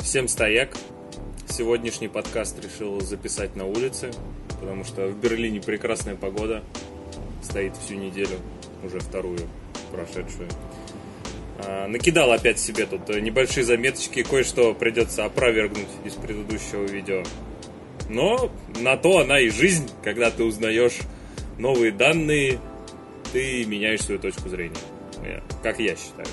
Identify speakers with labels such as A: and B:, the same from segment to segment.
A: Всем стояк. Сегодняшний подкаст решил записать на улице, потому что в Берлине прекрасная погода. Стоит всю неделю, уже вторую прошедшую. Накидал опять себе тут небольшие заметочки, кое-что придется опровергнуть из предыдущего видео. Но на то она и жизнь, когда ты узнаешь новые данные, ты меняешь свою точку зрения, как я считаю.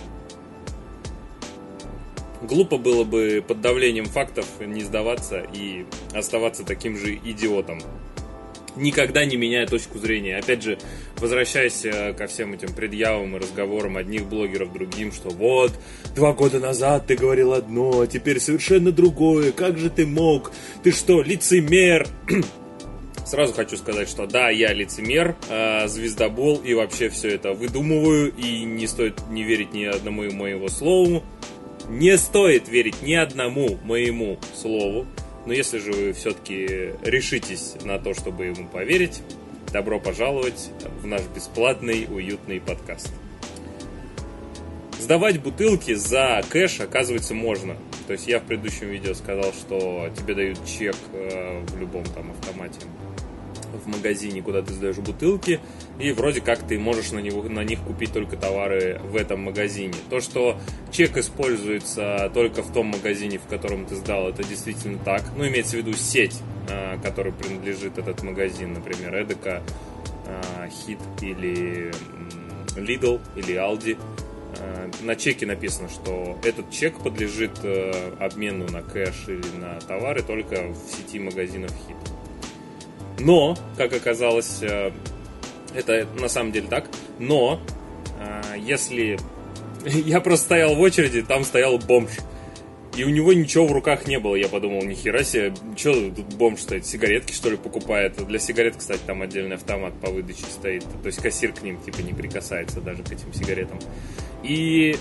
A: Глупо было бы под давлением фактов не сдаваться и оставаться таким же идиотом, никогда не меняя точку зрения. Опять же, возвращаясь ко всем этим предъявам и разговорам одних блогеров другим, что вот, 2 года назад ты говорил одно, а теперь совершенно другое, как же ты мог, ты что, лицемер? Сразу хочу сказать, что да, я лицемер, звездобол и вообще все это выдумываю, и не стоит не верить ни одному моему слову. Не стоит верить ни одному моему слову, но если же вы все-таки решитесь на то, чтобы ему поверить, добро пожаловать в наш бесплатный, уютный подкаст. Сдавать бутылки за кэш, оказывается, можно. То есть я в предыдущем видео сказал, что тебе дают чек в любом там автомате в магазине, куда ты сдаешь бутылки, и вроде как ты можешь на них купить только товары в этом магазине. То, что чек используется только в том магазине, в котором ты сдал, это действительно так. Ну, имеется в виду сеть, которой принадлежит этот магазин, например, Эдека, Хит или Lidl или Aldi. На чеке написано, что этот чек подлежит обмену на кэш или на товары только в сети магазинов Хит. Но, как оказалось, это на самом деле так, но если... Я просто стоял в очереди, там стоял бомж, и у него ничего в руках не было. Я подумал, нихера себе, что тут бомж стоит, сигаретки что ли покупает? Для сигарет, кстати, там отдельный автомат по выдаче стоит, то есть кассир к ним типа не прикасается даже к этим сигаретам. И...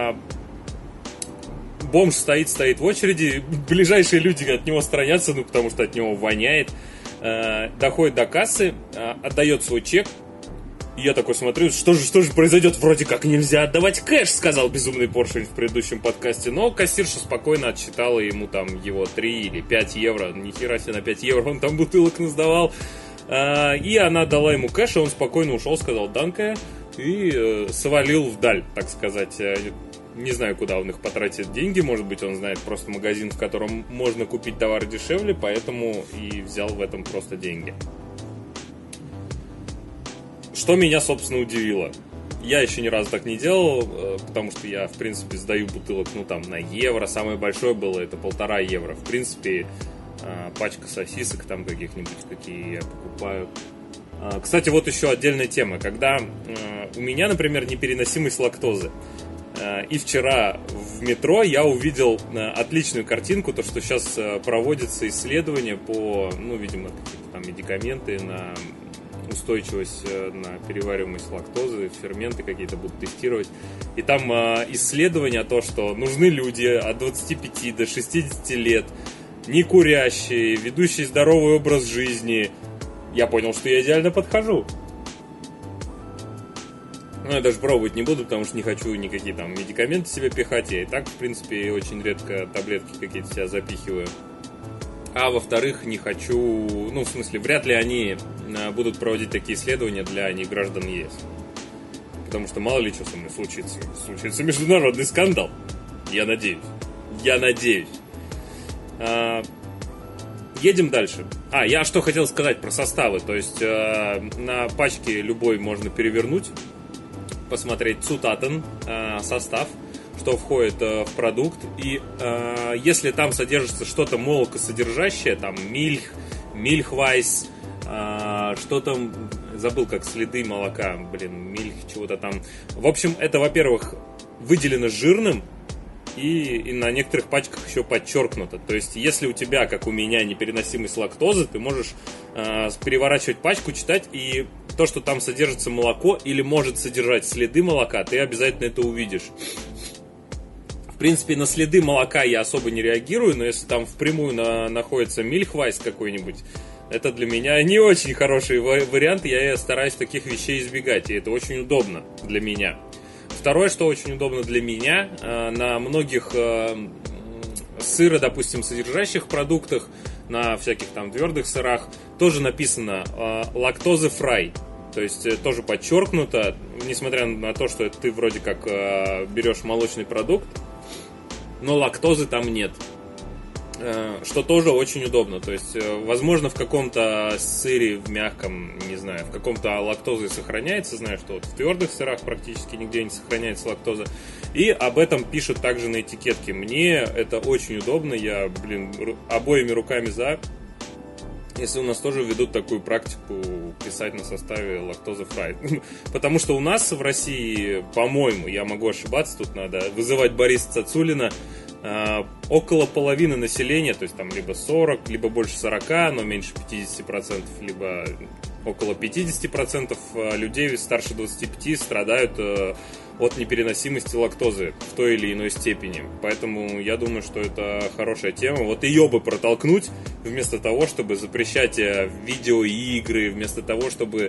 A: бомж стоит в очереди, ближайшие люди от него сторонятся, ну потому что от него воняет. Доходит до кассы, отдает свой чек. И я такой смотрю, что же произойдет? Вроде как нельзя отдавать кэш, сказал безумный поршень в предыдущем подкасте. Но кассирша спокойно отсчитала ему там его 3 или 5 евро. Нихера себе, на 5 евро он там бутылок насдавал. И она дала ему кэш, и он спокойно ушел, сказал «данке» и свалил вдаль, так сказать. Не знаю, куда он их потратит деньги. Может быть, он знает просто магазин, в котором можно купить товар дешевле, поэтому и взял в этом просто деньги. Что меня, собственно, удивило. Я еще ни разу так не делал, потому что я, в принципе, сдаю бутылок, ну, там, на евро. Самое большое было, это 1,5 евро. В принципе, пачка сосисок там каких-нибудь, какие я покупаю. Кстати, вот еще отдельная тема. Когда у меня, например, непереносимость лактозы. И вчера в метро я увидел отличную картинку, то что сейчас проводятся исследования по, ну, видимо, какие-то там медикаменты на устойчивость на перевариваемость лактозы, ферменты какие-то будут тестировать. И там исследования о том, что нужны люди от 25 до 60 лет, не курящие, ведущие здоровый образ жизни. Я понял, что я идеально подхожу. Ну, я даже пробовать не буду, потому что не хочу никакие там медикаменты себе пихать. Я и так, в принципе, очень редко таблетки какие-то себя запихиваю. А во-вторых, не хочу... Ну, в смысле, вряд ли они будут проводить такие исследования для неграждан ЕС. Потому что мало ли что со мной случится. Случится международный скандал. Я надеюсь. Едем дальше. Я что хотел сказать про составы. То есть, на пачке любой можно перевернуть, посмотреть Zutaten, состав, что входит в продукт. И если там содержится что-то молокосодержащее, там мильхвайс, что там, забыл, как следы молока, мильх, чего-то там. В общем, это, во-первых, выделено жирным, и на некоторых пачках еще подчеркнуто. То есть, если у тебя, как у меня, непереносимость лактозы, ты можешь переворачивать пачку, читать, и то, что там содержится молоко или может содержать следы молока, ты обязательно это увидишь. В принципе, на следы молока я особо не реагирую, но если там впрямую находится мильхвайс какой-нибудь, это для меня не очень хороший вариант, я стараюсь таких вещей избегать, и это очень удобно для меня. Второе, что очень удобно для меня, на многих допустим, продуктах, на всяких там твердых сырах, тоже написано лактоза-фрай. То есть тоже подчеркнуто, несмотря на то, что ты вроде как берешь молочный продукт, но лактозы там нет. Что тоже очень удобно. То есть, возможно, в каком-то сыре, в мягком, не знаю, в каком-то лактоза и сохраняется. Знаю, что вот в твердых сырах практически нигде не сохраняется лактоза. И об этом пишут также на этикетке. Мне это очень удобно. Я, обоими руками за. Если у нас тоже введут такую практику писать на составе лактоза-фрай. Потому что у нас в России, по-моему, я могу ошибаться, тут надо вызывать Бориса Цацулина, около половины населения, то есть там либо 40, либо больше 40, но меньше 50%, либо около 50% людей старше 25 страдают от непереносимости лактозы в той или иной степени. Поэтому я думаю, что это хорошая тема. Вот ее бы протолкнуть, вместо того, чтобы запрещать видеоигры, вместо того, чтобы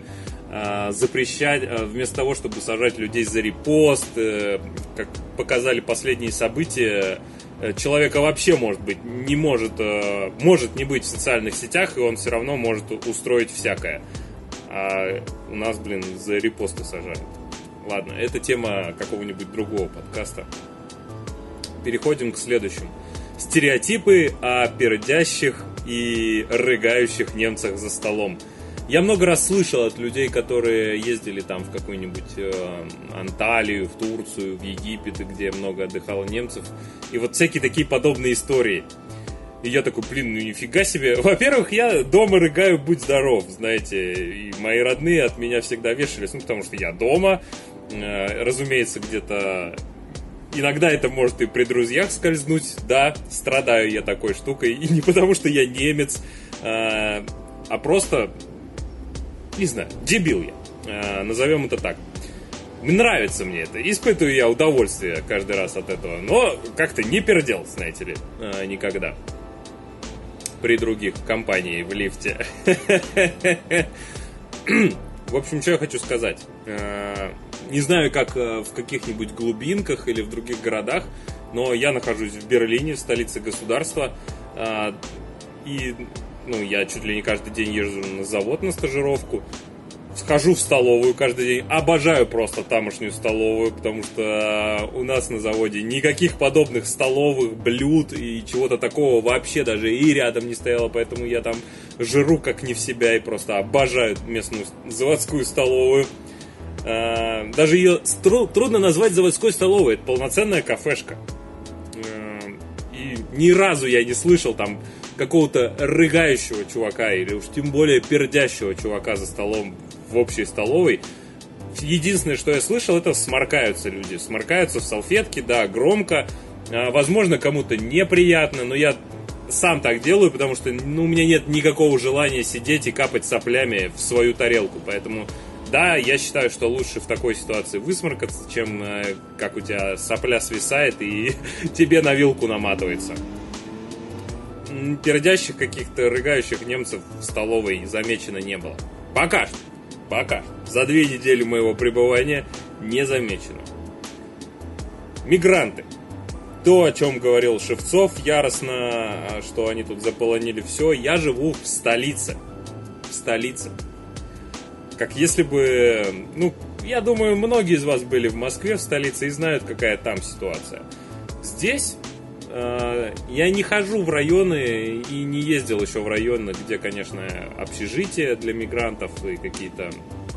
A: вместо того, чтобы сажать людей за репост, как показали последние события, человека вообще не может не быть в социальных сетях, и он все равно может устроить всякое. А у нас, за репосты сажают. Ладно, это тема какого-нибудь другого подкаста. Переходим к следующему. Стереотипы о пердящих и рыгающих немцах за столом. Я много раз слышал от людей, которые ездили там в какую-нибудь Анталию, в Турцию, в Египет, где много отдыхало немцев. И вот всякие такие подобные истории. И я такой, нифига себе. Во-первых, я дома рыгаю, будь здоров, знаете. И мои родные от меня всегда вешались, потому что я дома. Разумеется, где-то иногда это может и при друзьях скользнуть. Да, страдаю я такой штукой. И не потому, что я немец, а просто... Не знаю, дебил я, назовем это так. Нравится мне это, испытываю я удовольствие каждый раз от этого, но как-то не пердел, знаете ли, никогда. При других компаний в лифте. В общем, что я хочу сказать. Не знаю, как в каких-нибудь глубинках или в других городах, но я нахожусь в Берлине, в столице государства, и... я чуть ли не каждый день езжу на завод на стажировку. Схожу в столовую каждый день. Обожаю просто тамошнюю столовую, потому что у нас на заводе никаких подобных столовых блюд и чего-то такого вообще даже и рядом не стояло. Поэтому я там жру как не в себя и просто обожаю местную заводскую столовую. Даже ее трудно назвать заводской столовой. Это полноценная кафешка. И ни разу я не слышал там какого-то рыгающего чувака или уж тем более пердящего чувака за столом в общей столовой. Единственное, что я слышал, это сморкаются люди. Сморкаются в салфетки, да, громко. Возможно, кому-то неприятно, но я сам так делаю, потому что у меня нет никакого желания сидеть и капать соплями в свою тарелку. Поэтому, да, я считаю, что лучше в такой ситуации высморкаться, чем как у тебя сопля свисает и тебе на вилку наматывается. Пердящих каких-то рыгающих немцев в столовой замечено не было. Пока что. За 2 недели моего пребывания не замечено. Мигранты. То, о чем говорил Шевцов яростно, что они тут заполонили все. Я живу в столице. Как если бы... я думаю, многие из вас были в Москве, в столице, и знают, какая там ситуация. Здесь... Я не хожу в районы и не ездил еще в районы, где, конечно, общежития для мигрантов и какие-то,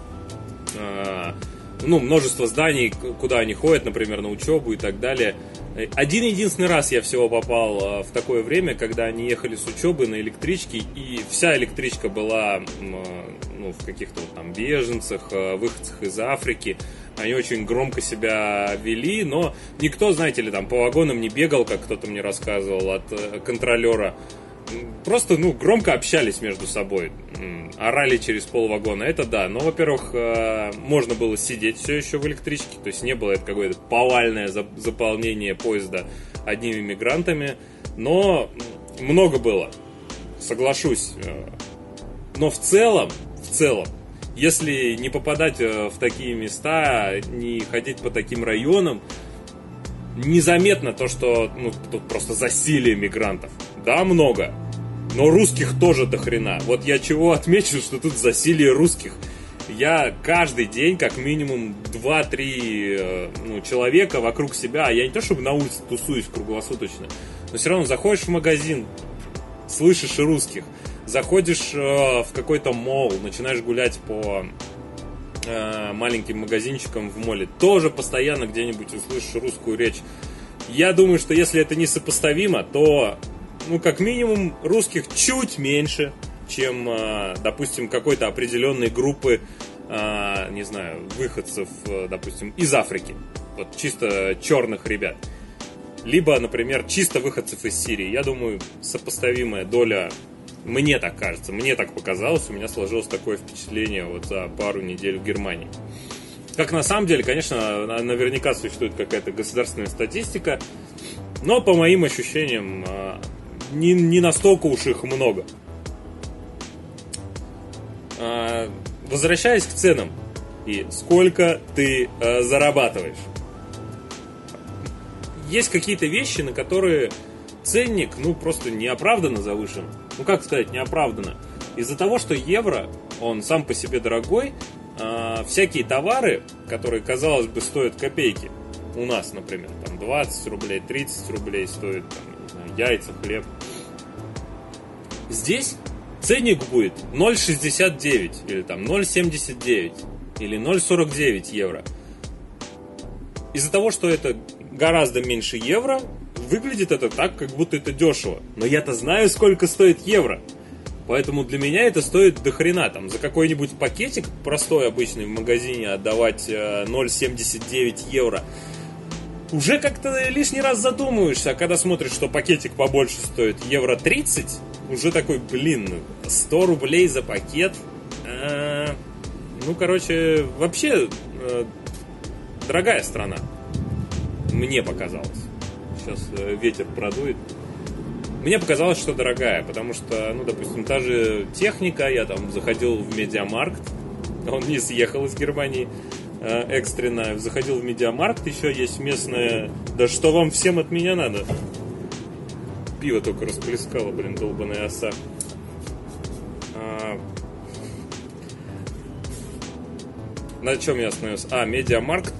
A: множество зданий, куда они ходят, например, на учебу и так далее. Один-единственный раз я всего попал в такое время, когда они ехали с учебы на электричке, и вся электричка была в каких-то там беженцах, выходцах из Африки. Они очень громко себя вели, но никто, знаете ли, там по вагонам не бегал, как кто-то мне рассказывал от контролера. Просто, громко общались между собой, орали через полвагона, это да. Но, во-первых, можно было сидеть все еще в электричке, то есть не было это какое-то повальное заполнение поезда одними мигрантами, но много было, соглашусь. Но в целом, если не попадать в такие места, не ходить по таким районам, незаметно то, что тут просто засилие мигрантов. Да, много. Но русских тоже до хрена. Вот я чего отмечу, что тут засилие русских. Я каждый день как минимум 2-3 человека вокруг себя. Я не то чтобы на улице тусуюсь круглосуточно, но все равно заходишь в магазин, слышишь русских. Заходишь в какой-то молл, начинаешь гулять по маленьким магазинчикам в молле, тоже постоянно где-нибудь услышишь русскую речь. Я думаю, что если это несопоставимо, то, как минимум, русских чуть меньше, чем, допустим, какой-то определенной группы, не знаю, выходцев, допустим, из Африки. Вот чисто черных ребят. Либо, например, чисто выходцев из Сирии. Я думаю, сопоставимая доля. Мне так кажется, мне так показалось, у меня сложилось такое впечатление вот за пару недель в Германии. Как на самом деле, конечно, наверняка существует какая-то государственная статистика, но по моим ощущениям не настолько уж их много. Возвращаясь к ценам и сколько ты зарабатываешь. Есть какие-то вещи, на которые ценник, просто неоправданно завышен. Как сказать, неоправданно? Из-за того, что евро, он сам по себе дорогой, всякие товары, которые, казалось бы, стоят копейки, у нас, например, там 20 рублей, 30 рублей стоит, яйца, хлеб. Здесь ценник будет 0,69 или там 0,79 или 0,49 евро. Из-за того, что это гораздо меньше евро, выглядит это так, как будто это дешево. Но я-то знаю, сколько стоит евро. Поэтому для меня это стоит до хрена. Там, за какой-нибудь пакетик простой, обычный в магазине отдавать 0,79 евро. Уже как-то лишний раз задумываешься. А когда смотришь, что пакетик побольше стоит евро 30, уже такой, 100 рублей за пакет. Вообще дорогая страна. Мне показалось. Сейчас ветер продует. Мне показалось, что дорогая, потому что, допустим, та же техника, я там заходил в Медиамаркт, он не съехал из Германии экстренно, заходил в Медиамаркт, еще есть местное, да что вам всем от меня надо? Пиво только расплескало, долбаная оса. На чем я остановился? Медиамаркт.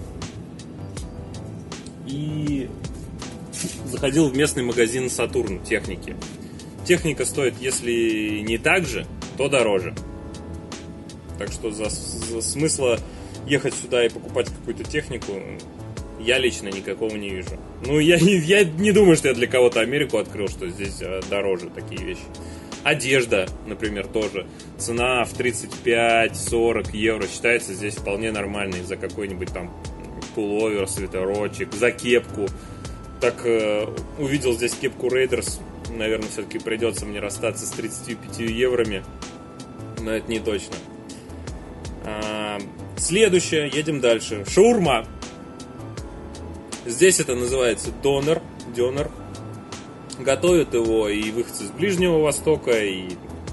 A: И заходил в местный магазин Сатурн техники. Техника стоит, если не так же, то дороже. Так что за смысла ехать сюда и покупать какую-то технику я лично никакого не вижу. Я не думаю, что я для кого-то Америку открыл, что здесь дороже такие вещи. Одежда, например, тоже. Цена в 35-40 евро считается здесь вполне нормальной за какой-нибудь там пуловер, свитерочек, за кепку. Так, увидел здесь кепку Raiders. Наверное, все-таки придется мне расстаться с 35 евроми. Но это не точно. Следующее, едем дальше. Шаурма. Здесь это называется донер. Готовят его и выходцы с Ближнего Востока, и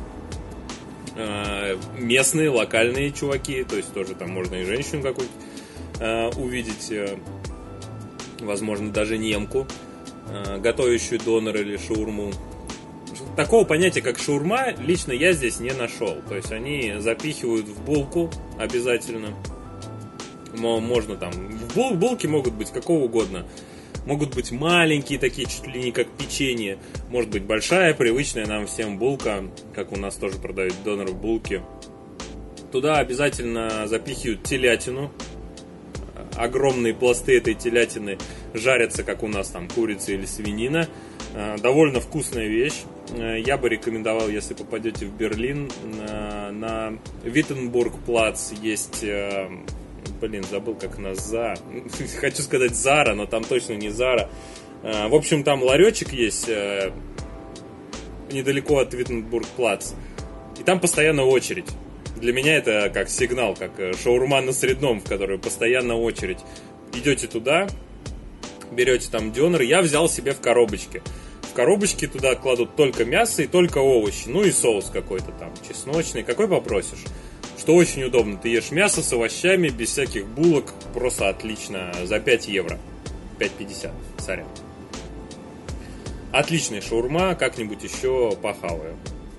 A: местные, локальные чуваки. То есть тоже там можно и женщину какую-то увидеть. Возможно, даже немку, готовящую донер или шаурму. Такого понятия, как шаурма, лично я здесь не нашел. То есть они запихивают в булку обязательно. Можно там... Булки могут быть какого угодно. Могут быть маленькие такие, чуть ли не как печенье. Может быть большая, привычная нам всем булка, как у нас тоже продают донер в булке. Туда обязательно запихивают телятину. Огромные пласты этой телятины жарятся, как у нас там курица или свинина. Довольно вкусная вещь. Я бы рекомендовал, если попадете в Берлин, на Виттенбург-плац есть... забыл, как она хочу сказать Зара, но там точно не Зара. В общем, там ларечек есть недалеко от Виттенбург-плац. И там постоянно очередь. Для меня это как сигнал, как шаурма на Средном, в которой постоянно очередь. Идете туда, берете там дёнер. Я взял себе в коробочке. В коробочке туда кладут только мясо и только овощи. И соус какой-то там, чесночный. Какой попросишь? Что очень удобно. Ты ешь мясо с овощами, без всяких булок. Просто отлично. За 5 евро. 5,50. Сорян. Отличная шаурма, как-нибудь еще похаваю.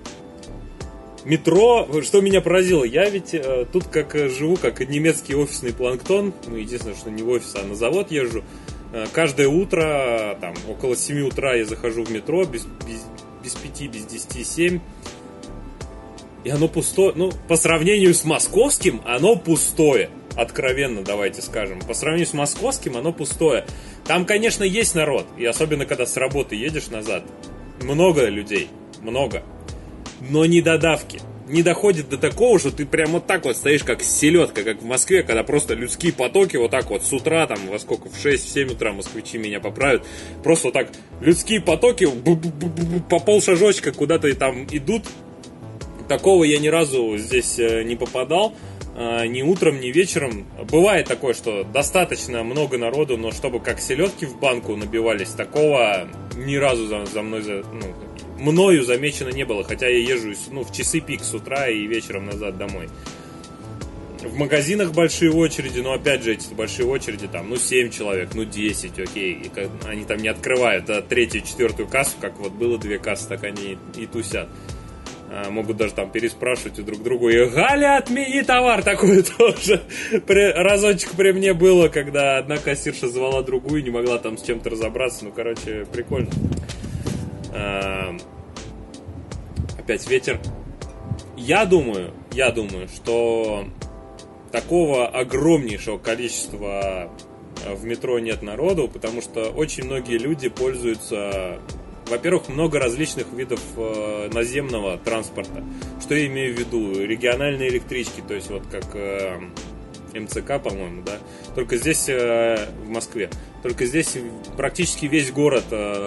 A: Метро, что меня поразило, я ведь тут как живу, как немецкий офисный планктон, ну, единственное, что не в офис, а на завод езжу. Каждое утро, там, около 7 утра я захожу в метро, без 5, без 10, 7. И оно пустое, ну, по сравнению с московским, оно пустое. Откровенно, давайте скажем. По сравнению с московским, оно пустое. Там, конечно, есть народ. И особенно, когда с работы едешь назад. Много людей. Много. Но не до давки. Не доходит до такого, что ты прям вот так вот стоишь, как селедка, как в Москве, когда просто людские потоки вот так вот с утра, там, во сколько, в 6-7 утра, москвичи меня поправят, просто вот так людские потоки по полшажочка куда-то там идут. Такого я ни разу здесь не попадал. Ни утром, ни вечером. Бывает такое, что достаточно много народу, но чтобы как селедки в банку набивались, такого ни разу мною замечено не было. Хотя я езжу в часы пик с утра и вечером назад домой. В магазинах большие очереди, но опять же эти большие очереди, там, 7 человек, 10, окей. И они там не открывают 3-ю, 4-ю кассу, как вот было 2 кассы, так они и тусят. Могут даже там переспрашивать у друг друга. И Галя, отмени товар, такое тоже. Разочек при мне было, когда одна кассирша звала другую, не могла там с чем-то разобраться. Ну, короче, прикольно. Опять ветер. Я думаю, что такого огромнейшего количества в метро нет народу, потому что очень многие люди пользуются... Во-первых, много различных видов наземного транспорта. Что я имею в виду? Региональные электрички, то есть вот как МЦК, по-моему, да? Только здесь, в Москве, только здесь практически весь город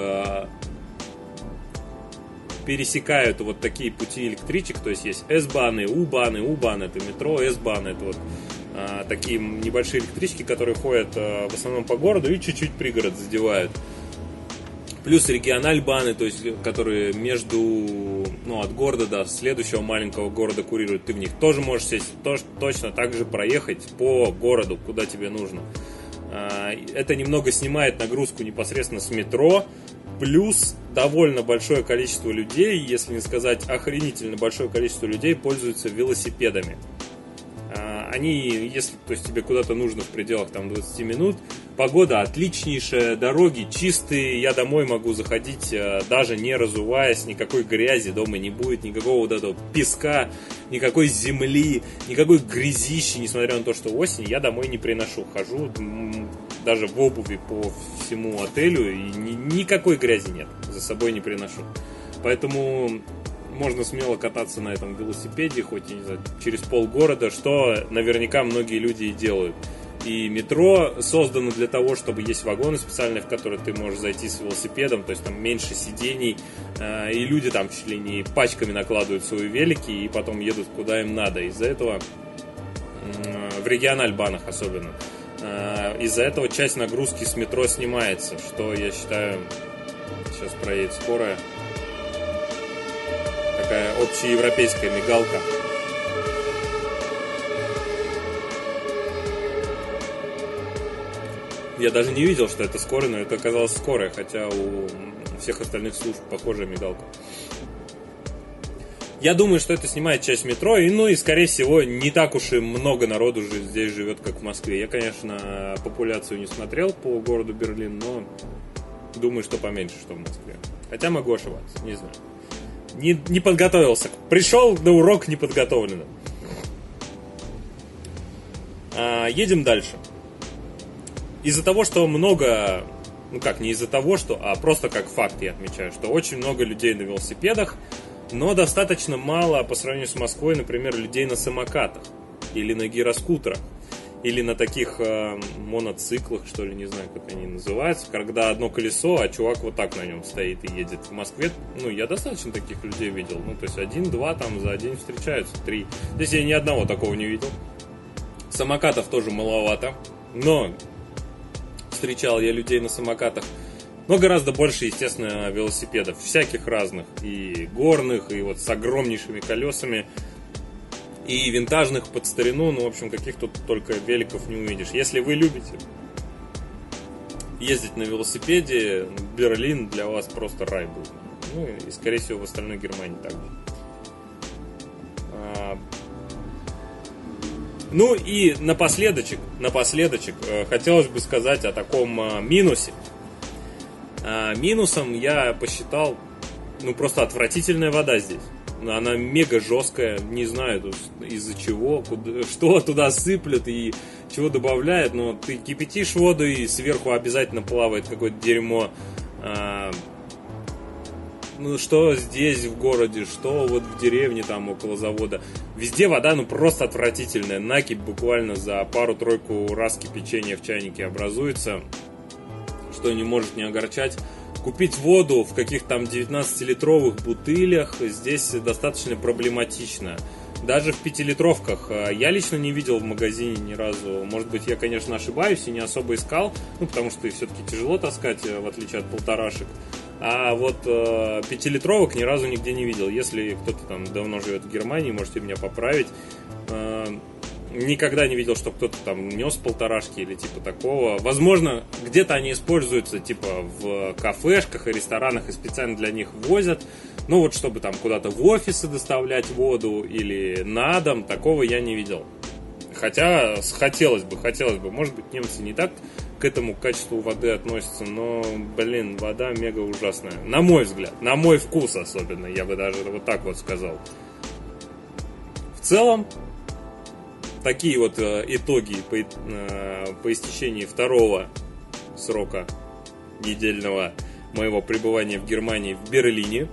A: пересекают вот такие пути электричек. То есть есть С-баны, У-баны, У-баны это метро, С-баны это вот такие небольшие электрички, которые ходят в основном по городу и чуть-чуть пригород задевают. Плюс региональ-баны, то есть, которые между, от города до следующего маленького города курируют. Ты в них тоже можешь сесть, точно так же проехать по городу, куда тебе нужно. Это немного снимает нагрузку непосредственно с метро. Плюс довольно большое количество людей, если не сказать охренительно большое количество людей, пользуются велосипедами. Они, если тебе куда-то нужно в пределах 20 минут, погода отличнейшая, дороги чистые, я домой могу заходить, даже не разуваясь, никакой грязи дома не будет, никакого вот этого песка, никакой земли, никакой грязищи, несмотря на то, что осень, я домой не приношу. Хожу даже в обуви по всему отелю, и никакой грязи нет, за собой не приношу. Поэтому... можно смело кататься на этом велосипеде, хоть, я не знаю, через полгорода, что наверняка многие люди и делают. И метро создано для того, чтобы есть вагоны специальные, в которые ты можешь зайти с велосипедом, то есть там меньше сидений, и люди там чуть ли не пачками накладывают свои велики и потом едут куда им надо. Из-за этого, в региональ-банах особенно, из-за этого часть нагрузки с метро снимается, что я считаю, сейчас проедет скорая. Такая общеевропейская мигалка. Я даже не видел, что это скорая, но это оказалось скорая, хотя у всех остальных служб похожая мигалка. Я думаю, что это снимает часть метро, и скорее всего, не так уж и много народу здесь живет, как в Москве. Я, конечно, популяцию не смотрел по городу Берлин, но думаю, что поменьше, что в Москве. Хотя могу ошибаться, не знаю. Не подготовился. Пришел на урок неподготовленным. Едем дальше. Из-за того, что много... не из-за того, что... А просто как факт я отмечаю, что очень много людей на велосипедах, но достаточно мало по сравнению с Москвой, например, людей на самокатах или на гироскутерах. Или на таких моноциклах, что ли, не знаю, как они называются, когда одно колесо, а чувак вот так на нем стоит и едет. В Москве, я достаточно таких людей видел. То есть 1-2 там за день встречаются, 3. Здесь я ни одного такого не видел. Самокатов тоже маловато, но встречал я людей на самокатах. Но гораздо больше, естественно, велосипедов, всяких разных. И горных, и вот с огромнейшими колесами. И винтажных под старину, в общем, каких тут только великов не увидишь. Если вы любите ездить на велосипеде, Берлин для вас просто рай будет. Ну и, скорее всего, в остальной Германии также. Ну и напоследочек хотелось бы сказать о таком минусе. Минусом я посчитал, просто отвратительная вода здесь. Она мега жесткая, не знаю из-за чего, что туда сыплют и чего добавляют, но ты кипятишь воду и сверху обязательно плавает какое-то дерьмо. Что здесь в городе, что вот в деревне там около завода. Везде вода, просто отвратительная. Накипь буквально за пару-тройку раз кипячения в чайнике образуется, что не может не огорчать. Купить воду в каких-то там 19-литровых бутылях здесь достаточно проблематично. Даже в 5-литровках я лично не видел в магазине ни разу. Может быть, я, конечно, ошибаюсь и не особо искал, потому что их все-таки тяжело таскать, в отличие от полторашек. А вот 5-литровок ни разу нигде не видел. Если кто-то там давно живет в Германии, можете меня поправить. Никогда не видел, что кто-то там нес полторашки или типа такого. Возможно, где-то они используются типа в кафешках и ресторанах и специально для них возят. Чтобы там куда-то в офисы доставлять воду или на дом, такого я не видел. Хотя хотелось бы. Может быть, немцы не так к этому качеству воды относятся, но, вода мега ужасная. На мой взгляд, на мой вкус особенно, я бы даже вот так вот сказал. В целом, такие вот итоги по истечении второго срока недельного моего пребывания в Германии, в Берлине.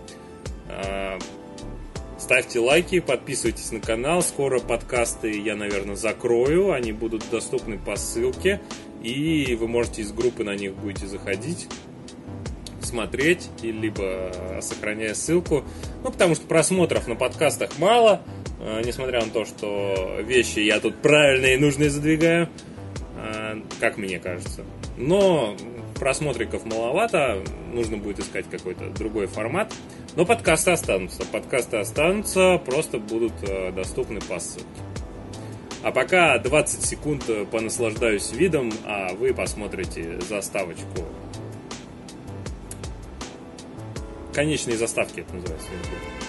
A: Ставьте лайки, подписывайтесь на канал. Скоро подкасты я, наверное, закрою. Они будут доступны по ссылке. И вы можете из группы на них будете заходить, смотреть, либо сохраняя ссылку. Потому что просмотров на подкастах мало. Несмотря на то, что вещи я тут правильные и нужные задвигаю, как мне кажется. Но просмотриков маловато, нужно будет искать какой-то другой формат. Но подкасты останутся, просто будут доступны по ссылке. А пока 20 секунд понаслаждаюсь видом, а вы посмотрите заставочку. Конечные заставки это называется.